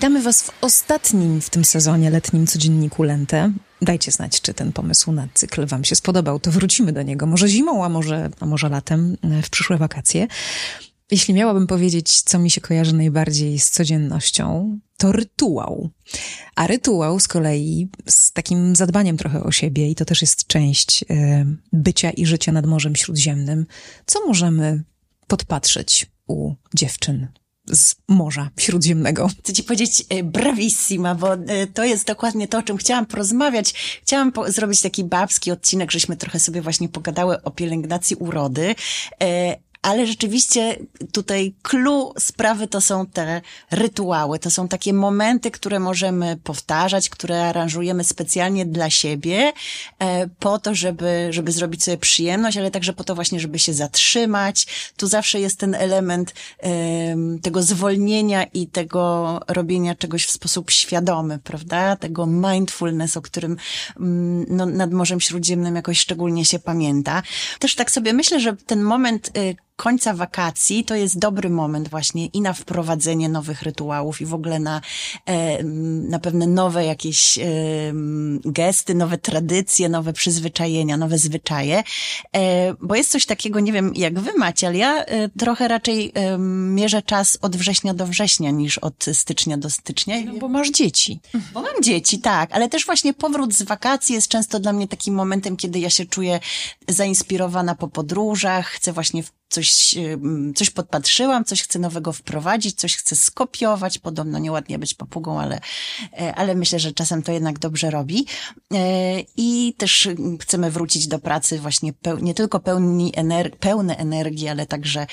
Witamy Was w ostatnim w tym sezonie letnim codzienniku Lente. Dajcie znać, czy ten pomysł na cykl Wam się spodobał. To wrócimy do niego. Może zimą, a może latem, w przyszłe wakacje. Jeśli miałabym powiedzieć, co mi się kojarzy najbardziej z codziennością, to rytuał. A rytuał z kolei z takim zadbaniem trochę o siebie i to też jest część bycia i życia nad Morzem Śródziemnym. Co możemy podpatrzeć u dziewczyn z Morza Śródziemnego? Chcę ci powiedzieć bravissima, bo to jest dokładnie to, o czym chciałam porozmawiać. Chciałam zrobić taki babski odcinek, żeśmy trochę sobie właśnie pogadały o pielęgnacji urody. Ale rzeczywiście tutaj clou sprawy to są te rytuały, to są takie momenty, które możemy powtarzać, które aranżujemy specjalnie dla siebie, po to, żeby zrobić sobie przyjemność, ale także po to właśnie, żeby się zatrzymać. Tu zawsze jest ten element tego zwolnienia i tego robienia czegoś w sposób świadomy, prawda? Tego mindfulness, o którym nad Morzem Śródziemnym jakoś szczególnie się pamięta. Też tak sobie myślę, że ten moment końca wakacji to jest dobry moment właśnie i na wprowadzenie nowych rytuałów i w ogóle na pewne nowe jakieś gesty, nowe tradycje, nowe przyzwyczajenia, nowe zwyczaje, bo jest coś takiego, nie wiem jak wy macie, ale ja trochę raczej mierzę czas od września do września niż od stycznia do stycznia. No, bo masz dzieci. Bo mam dzieci, tak, ale też właśnie powrót z wakacji jest często dla mnie takim momentem, kiedy ja się czuję zainspirowana po podróżach, chcę właśnie coś podpatrzyłam, coś chcę nowego wprowadzić, coś chcę skopiować. Podobno nieładnie być papugą, ale myślę, że czasem to jednak dobrze robi. I też chcemy wrócić do pracy właśnie nie tylko pełne energii, ale także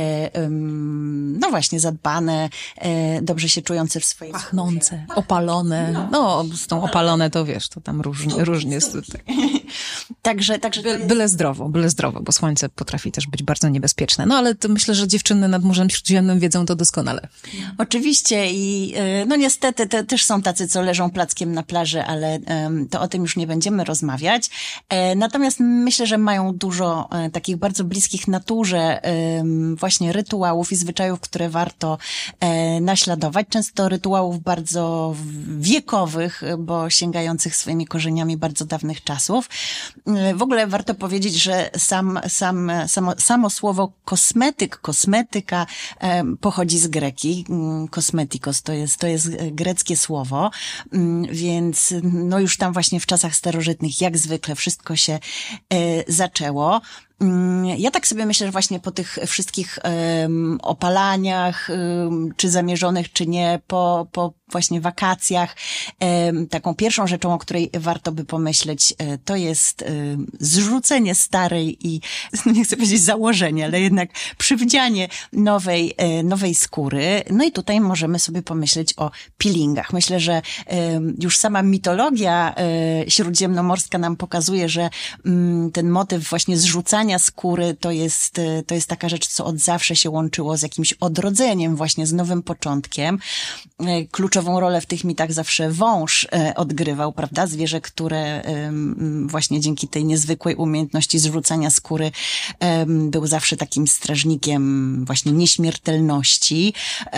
no właśnie zadbane, dobrze się czujące w swojej pachnące, opalone. No, z tą opalone to wiesz, to tam różnie jest tutaj. Także Byle zdrowo, bo słońce potrafi też być bardzo niebezpieczne. No ale to myślę, że dziewczyny nad Morzem Śródziemnym wiedzą to doskonale. Oczywiście i no niestety też są tacy, co leżą plackiem na plaży, ale to o tym już nie będziemy rozmawiać. Natomiast myślę, że mają dużo takich bardzo bliskich naturze właśnie rytuałów i zwyczajów, które warto naśladować. Często rytuałów bardzo wiekowych, bo sięgających swoimi korzeniami bardzo dawnych czasów. W ogóle warto powiedzieć, że samo słowo kosmetyka pochodzi z greki. Kosmetikos to jest greckie słowo, więc no już tam właśnie w czasach starożytnych jak zwykle wszystko się zaczęło. Ja tak sobie myślę, że właśnie po tych wszystkich opalaniach, czy zamierzonych, czy nie, po właśnie wakacjach, taką pierwszą rzeczą, o której warto by pomyśleć, to jest zrzucenie starej i, nie chcę powiedzieć założenie, ale jednak przywdzianie nowej skóry. No i tutaj możemy sobie pomyśleć o peelingach. Myślę, że już sama mitologia śródziemnomorska nam pokazuje, że ten motyw właśnie zrzucania skóry to jest taka rzecz, co od zawsze się łączyło z jakimś odrodzeniem, właśnie z nowym początkiem. Kluczową rolę w tych mitach zawsze wąż odgrywał, prawda? Zwierzę, które właśnie dzięki tej niezwykłej umiejętności zrzucania skóry był zawsze takim strażnikiem właśnie nieśmiertelności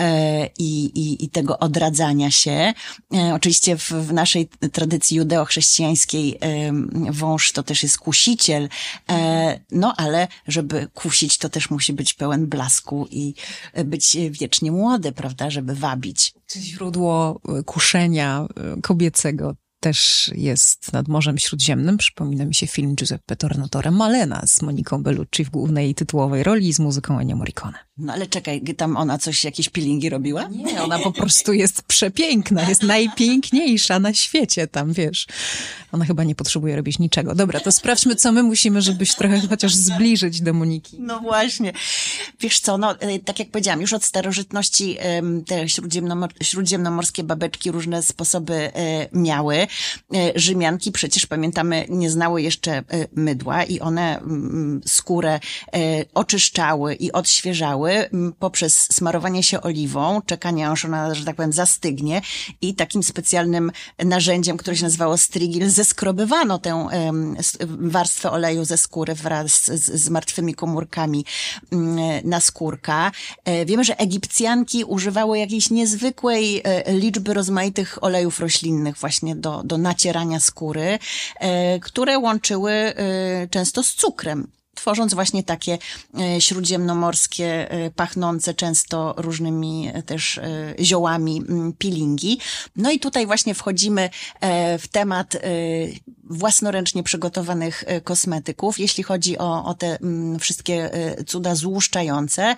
i tego odradzania się. Oczywiście w naszej tradycji judeo-chrześcijańskiej wąż to też jest kusiciel, no ale żeby kusić, to też musi być pełen blasku i być wiecznie młody, prawda, żeby wabić. Źródło kuszenia kobiecego też jest nad Morzem Śródziemnym. Przypomina mi się film Giuseppe Tornatore Malena z Moniką Bellucci w głównej tytułowej roli i z muzyką Ennio Morricone. No ale czekaj, tam ona jakieś peelingi robiła? Nie, ona po prostu jest przepiękna, jest najpiękniejsza na świecie tam, wiesz. Ona chyba nie potrzebuje robić niczego. Dobra, to sprawdźmy, co my musimy, żebyś trochę chociaż zbliżyć do Moniki. No właśnie. Wiesz co, no tak jak powiedziałam, już od starożytności te śródziemnomorskie babeczki różne sposoby miały. Rzymianki przecież, pamiętamy, nie znały jeszcze mydła i one skórę oczyszczały i odświeżały poprzez smarowanie się oliwą, czekanie aż ona, że tak powiem, zastygnie i takim specjalnym narzędziem, które się nazywało strigil, zeskrobywano tę warstwę oleju ze skóry wraz z martwymi komórkami naskórka. Wiemy, że Egipcjanki używały jakiejś niezwykłej liczby rozmaitych olejów roślinnych właśnie do nacierania skóry, które łączyły często z cukrem, tworząc właśnie takie śródziemnomorskie, pachnące często różnymi też ziołami peelingi. No i tutaj właśnie wchodzimy w temat własnoręcznie przygotowanych kosmetyków. Jeśli chodzi o te wszystkie cuda złuszczające,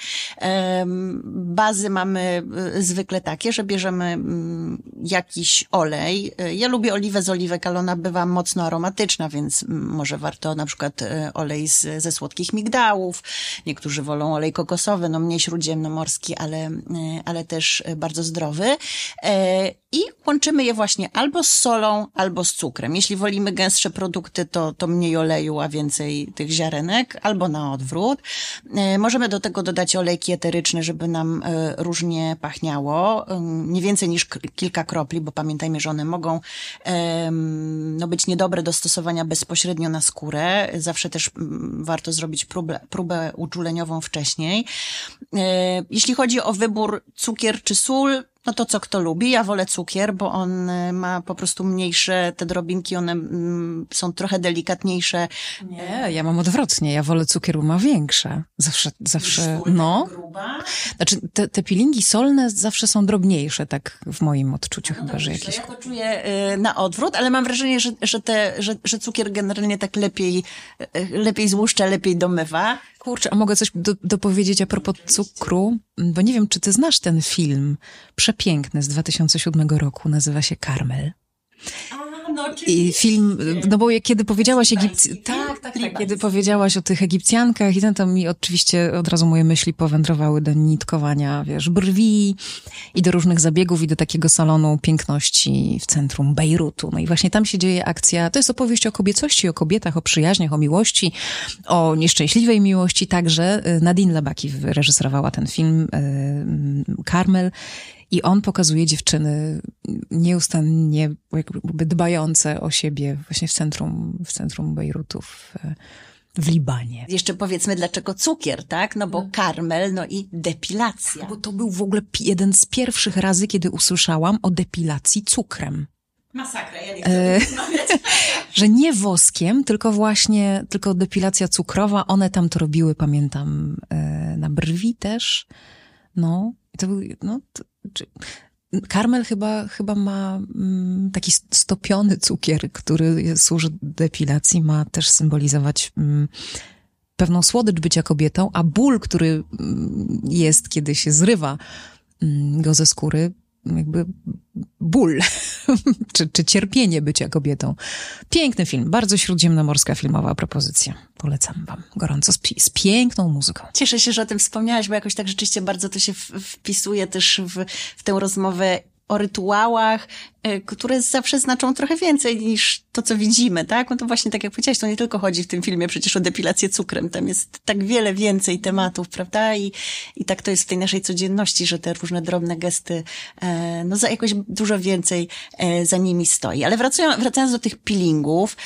bazy mamy zwykle takie, że bierzemy jakiś olej. Ja lubię oliwę z oliwek, ale ona bywa mocno aromatyczna, więc może warto na przykład olej ze słodkich migdałów. Niektórzy wolą olej kokosowy, no mniej śródziemnomorski, ale też bardzo zdrowy. I łączymy je właśnie albo z solą, albo z cukrem. Jeśli wolimy gęstsze produkty, to mniej oleju, a więcej tych ziarenek, albo na odwrót. Możemy do tego dodać olejki eteryczne, żeby nam różnie pachniało. Nie więcej niż kilka kropli, bo pamiętajmy, że one mogą być niedobre do stosowania bezpośrednio na skórę. Zawsze też warto zrobić próbę uczuleniową wcześniej. Jeśli chodzi o wybór cukier czy sól, no to co kto lubi. Ja wolę cukier, bo on ma po prostu mniejsze te drobinki, one są trochę delikatniejsze. Nie, ja mam odwrotnie. Ja wolę cukier, bo ma większe. Zawsze, no. Gruba. Znaczy, te peelingi solne zawsze są drobniejsze, tak w moim odczuciu, chyba, że jakieś. Ja to czuję na odwrót, ale mam wrażenie, że cukier generalnie tak lepiej złuszcza, lepiej domywa. Kurczę, a mogę coś dopowiedzieć a propos cukru? Bo nie wiem, czy ty znasz ten film przepiękny z 2007 roku, nazywa się Karmel. I film, no bo kiedy powiedziałaś kiedy powiedziałaś o tych Egipcjankach i to mi oczywiście od razu moje myśli powędrowały do nitkowania, brwi i do różnych zabiegów i do takiego salonu piękności w centrum Bejrutu. No i właśnie tam się dzieje akcja, to jest opowieść o kobiecości, o kobietach, o przyjaźniach, o miłości, o nieszczęśliwej miłości także. Nadine Labaki wyreżyserowała ten film Karmel. I on pokazuje dziewczyny nieustannie jakby dbające o siebie właśnie w centrum Bejrutu, w Libanie. Jeszcze powiedzmy, dlaczego cukier, tak? No bo karmel, no i depilacja. Bo to był w ogóle jeden z pierwszych razy, kiedy usłyszałam o depilacji cukrem. Masakra, ja nie chcę rozmawiać. Że nie woskiem, tylko depilacja cukrowa. One tam to robiły, pamiętam, na brwi też. No, i to był, Karmel chyba ma taki stopiony cukier, który służy depilacji, ma też symbolizować pewną słodycz bycia kobietą, a ból, który jest, kiedy się zrywa go ze skóry, jakby ból, czy cierpienie bycia kobietą. Piękny film, bardzo śródziemnomorska filmowa propozycja. Polecam wam gorąco, z piękną muzyką. Cieszę się, że o tym wspomniałaś, bo jakoś tak rzeczywiście bardzo to się wpisuje też w tę rozmowę o rytuałach, które zawsze znaczą trochę więcej niż to, co widzimy, tak? No to właśnie tak jak powiedziałaś, to nie tylko chodzi w tym filmie przecież o depilację cukrem, tam jest tak wiele więcej tematów, prawda? I tak to jest w tej naszej codzienności, że te różne drobne gesty, za jakoś dużo więcej za nimi stoi. Ale wracając do tych peelingów,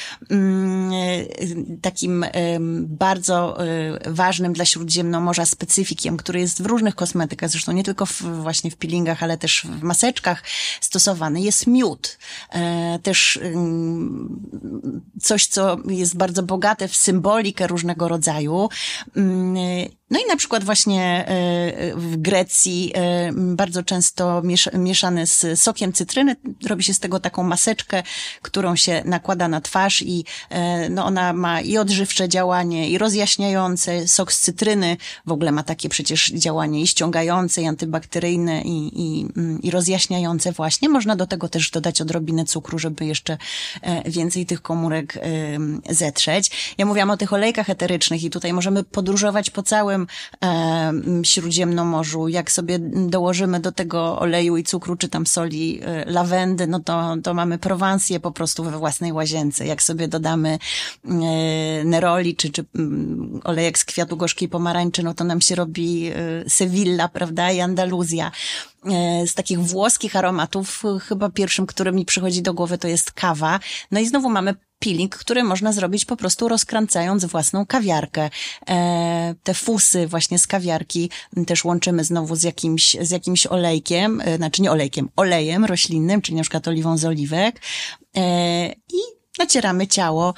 takim bardzo ważnym dla Śródziemnomorza specyfikiem, który jest w różnych kosmetykach, zresztą nie tylko właśnie w peelingach, ale też w maseczkach stosowany, jest miód. Też coś, co jest bardzo bogate w symbolikę różnego rodzaju. No i na przykład właśnie w Grecji bardzo często mieszany z sokiem cytryny, robi się z tego taką maseczkę, którą się nakłada na twarz i ona ma i odżywcze działanie, i rozjaśniające. Sok z cytryny w ogóle ma takie przecież działanie i ściągające, i antybakteryjne, i rozjaśniające właśnie. Można do tego też dodać odrobinę cukru, żeby jeszcze więcej tych komórek zetrzeć. Ja mówiłam o tych olejkach eterycznych i tutaj możemy podróżować po całym całym Śródziemnomorzu. Jak sobie dołożymy do tego oleju i cukru, czy tam soli lawendy, no to mamy Prowansję po prostu we własnej łazience. Jak sobie dodamy neroli, czy olejek z kwiatu gorzkiej pomarańczy, no to nam się robi Sewilla, prawda, i Andaluzja. Z takich włoskich aromatów chyba pierwszym, który mi przychodzi do głowy, to jest kawa. No i znowu mamy peeling, który można zrobić po prostu rozkręcając własną kawiarkę. Te fusy właśnie z kawiarki też łączymy znowu z jakimś olejkiem, znaczy nie olejkiem, olejem roślinnym, czyli na przykład oliwą z oliwek. I nacieramy ciało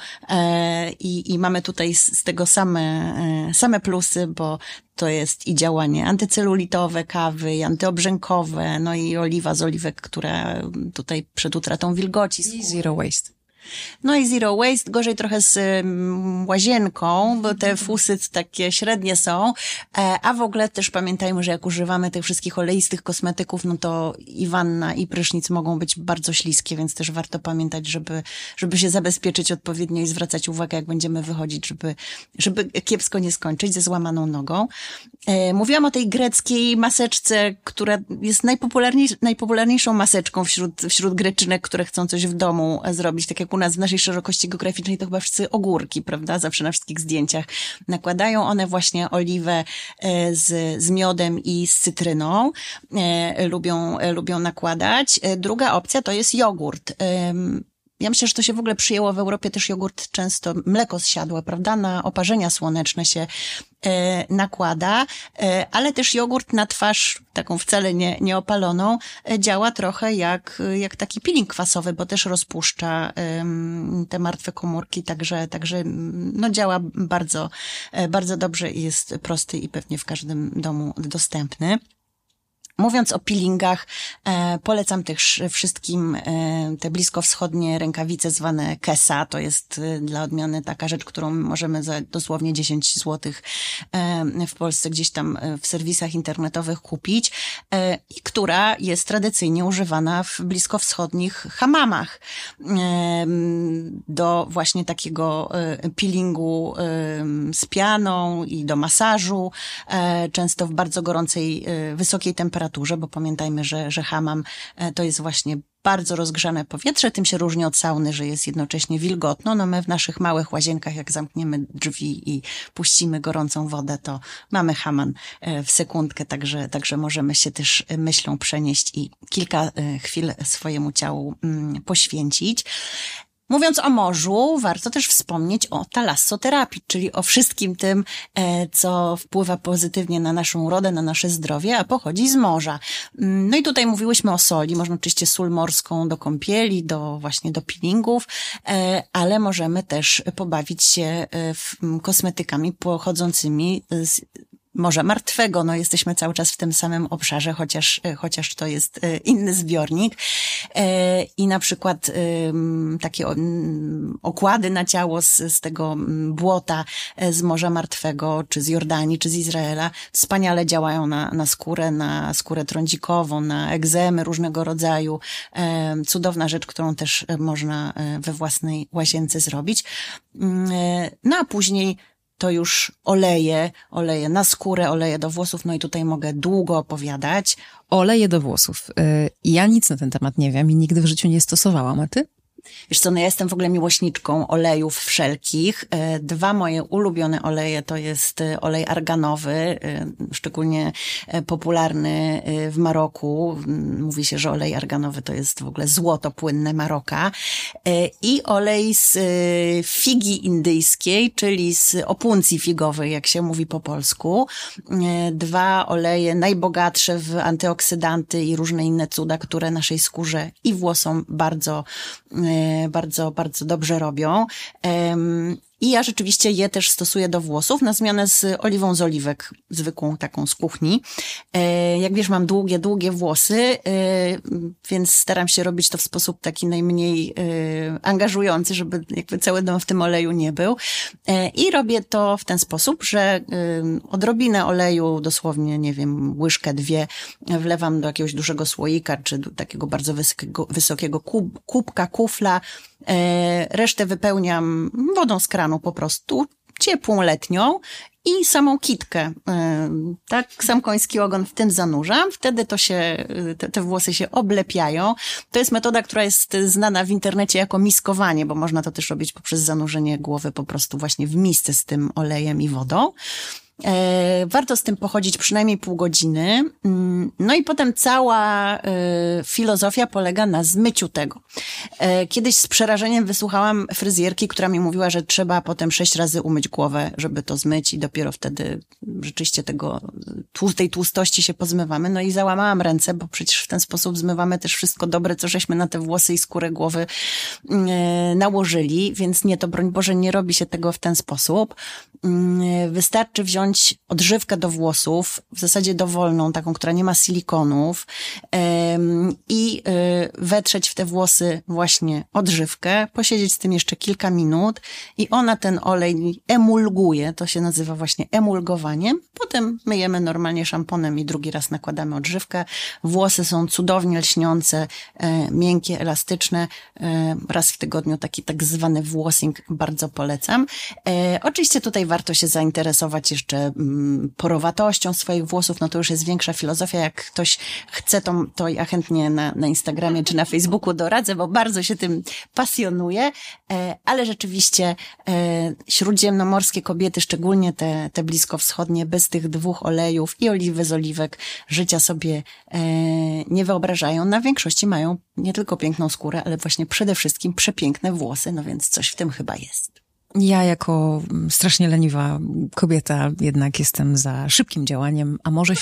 i mamy tutaj z tego same plusy, bo to jest i działanie antycelulitowe kawy, i antyobrzękowe, no i oliwa z oliwek, która tutaj przed utratą wilgoci. I zero waste. No i zero waste, gorzej trochę z łazienką, bo te fusy takie średnie są, a w ogóle też pamiętajmy, że jak używamy tych wszystkich oleistych kosmetyków, no to i wanna, i prysznic mogą być bardzo śliskie, więc też warto pamiętać, żeby się zabezpieczyć odpowiednio i zwracać uwagę, jak będziemy wychodzić, żeby kiepsko nie skończyć ze złamaną nogą. Mówiłam o tej greckiej maseczce, która jest najpopularniejszą maseczką wśród Greczynek, które chcą coś w domu zrobić, tak jak u nas w naszej szerokości geograficznej to chyba wszyscy ogórki, prawda? Zawsze na wszystkich zdjęciach nakładają one właśnie oliwę z miodem i z cytryną. Lubią nakładać. Druga opcja to jest jogurt. Ja myślę, że to się w ogóle przyjęło w Europie też jogurt często, mleko z siadła, prawda, na oparzenia słoneczne się nakłada, ale też jogurt na twarz, taką wcale nie opaloną, działa trochę jak taki peeling kwasowy, bo też rozpuszcza te martwe komórki, także no działa bardzo, bardzo dobrze i jest prosty i pewnie w każdym domu dostępny. Mówiąc o peelingach, polecam też wszystkim te bliskowschodnie rękawice zwane Kesa. To jest dla odmiany taka rzecz, którą możemy za dosłownie 10 zł w Polsce gdzieś tam w serwisach internetowych kupić i która jest tradycyjnie używana w bliskowschodnich hammamach do właśnie takiego peelingu z pianą i do masażu, często w bardzo gorącej, wysokiej temperaturze, bo pamiętajmy, że hammam to jest właśnie bardzo rozgrzane powietrze, tym się różni od sauny, że jest jednocześnie wilgotno. No my w naszych małych łazienkach, jak zamkniemy drzwi i puścimy gorącą wodę, to mamy hammam w sekundkę, także możemy się też myślą przenieść i kilka chwil swojemu ciału poświęcić. Mówiąc o morzu, warto też wspomnieć o talassoterapii, czyli o wszystkim tym, co wpływa pozytywnie na naszą urodę, na nasze zdrowie, a pochodzi z morza. No i tutaj mówiłyśmy o soli. Można oczywiście sól morską do kąpieli, właśnie do peelingów, ale możemy też pobawić się kosmetykami pochodzącymi z Morza Martwego. No jesteśmy cały czas w tym samym obszarze, chociaż to jest inny zbiornik. I na przykład takie okłady na ciało z tego błota z Morza Martwego, czy z Jordanii, czy z Izraela, wspaniale działają na skórę trądzikową, na egzemy różnego rodzaju. Cudowna rzecz, którą też można we własnej łazience zrobić. No a później to już oleje na skórę, oleje do włosów, no i tutaj mogę długo opowiadać. Oleje do włosów. Ja nic na ten temat nie wiem i nigdy w życiu nie stosowałam, a ty? Wiesz co, no ja jestem w ogóle miłośniczką olejów wszelkich. Dwa moje ulubione oleje to jest olej arganowy, szczególnie popularny w Maroku. Mówi się, że olej arganowy to jest w ogóle złoto płynne Maroka. I olej z figi indyjskiej, czyli z opuncji figowej, jak się mówi po polsku. Dwa oleje najbogatsze w antyoksydanty i różne inne cuda, które naszej skórze i włosom bardzo dobrze robią. I ja rzeczywiście je też stosuję do włosów na zmianę z oliwą z oliwek, zwykłą taką z kuchni. Jak wiesz, mam długie włosy, więc staram się robić to w sposób taki najmniej angażujący, żeby jakby cały dom w tym oleju nie był. I robię to w ten sposób, że odrobinę oleju, dosłownie, nie wiem, łyżkę, dwie, wlewam do jakiegoś dużego słoika, czy do takiego bardzo wysokiego kubka, kufla. Resztę wypełniam wodą z kranu po prostu. ciepłą letnią i samą kitkę. Tak, sam koński ogon w tym zanurzam. Wtedy to się, te włosy się oblepiają. To jest metoda, która jest znana w internecie jako miskowanie, bo można to też robić poprzez zanurzenie głowy po prostu właśnie w misce z tym olejem i wodą. Warto z tym pochodzić przynajmniej pół godziny. No i potem cała filozofia polega na zmyciu tego. Kiedyś z przerażeniem wysłuchałam fryzjerki, która mi mówiła, że trzeba potem 6 razy umyć głowę, żeby to zmyć i dopiero wtedy rzeczywiście tej tłustości się pozmywamy. No i załamałam ręce, bo przecież w ten sposób zmywamy też wszystko dobre, co żeśmy na te włosy i skórę głowy nałożyli, więc nie, to broń Boże, nie robi się tego w ten sposób. Wystarczy wziąć odżywkę do włosów, w zasadzie dowolną, taką, która nie ma silikonów i wetrzeć w te włosy właśnie odżywkę, posiedzieć z tym jeszcze kilka minut i ona ten olej emulguje, to się nazywa właśnie emulgowaniem. Potem myjemy normalnie szamponem i drugi raz nakładamy odżywkę. Włosy są cudownie lśniące, miękkie, elastyczne. Raz w tygodniu taki tak zwany włosing bardzo polecam. Oczywiście tutaj warto się zainteresować jeszcze porowatością swoich włosów, no to już jest większa filozofia. Jak ktoś chce, to ja chętnie na Instagramie czy na Facebooku doradzę, bo bardzo się tym pasjonuję, ale rzeczywiście śródziemnomorskie kobiety, szczególnie te bliskowschodnie, bez tych 2 olejów i oliwy z oliwek życia sobie nie wyobrażają. Na większości mają nie tylko piękną skórę, ale właśnie przede wszystkim przepiękne włosy, no więc coś w tym chyba jest. Ja jako strasznie leniwa kobieta jednak jestem za szybkim działaniem, a może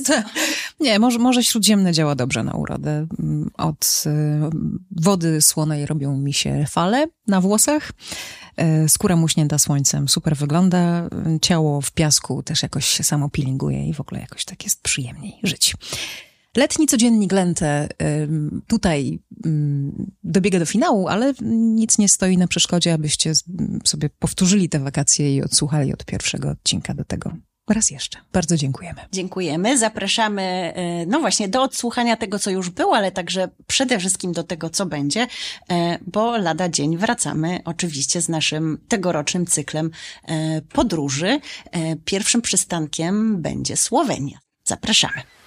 może śródziemne działa dobrze na urodę. Od wody słonej robią mi się fale na włosach. Skóra muśnięta słońcem super wygląda. Ciało w piasku też jakoś się samo peelinguje i w ogóle jakoś tak jest przyjemniej żyć. Letni codziennik Lente tutaj dobiega do finału, ale nic nie stoi na przeszkodzie, abyście sobie powtórzyli te wakacje i odsłuchali od pierwszego odcinka do tego raz jeszcze. Bardzo dziękujemy. Dziękujemy. Zapraszamy, no właśnie, do odsłuchania tego, co już było, ale także przede wszystkim do tego, co będzie, bo lada dzień wracamy oczywiście z naszym tegorocznym cyklem podróży. Pierwszym przystankiem będzie Słowenia. Zapraszamy.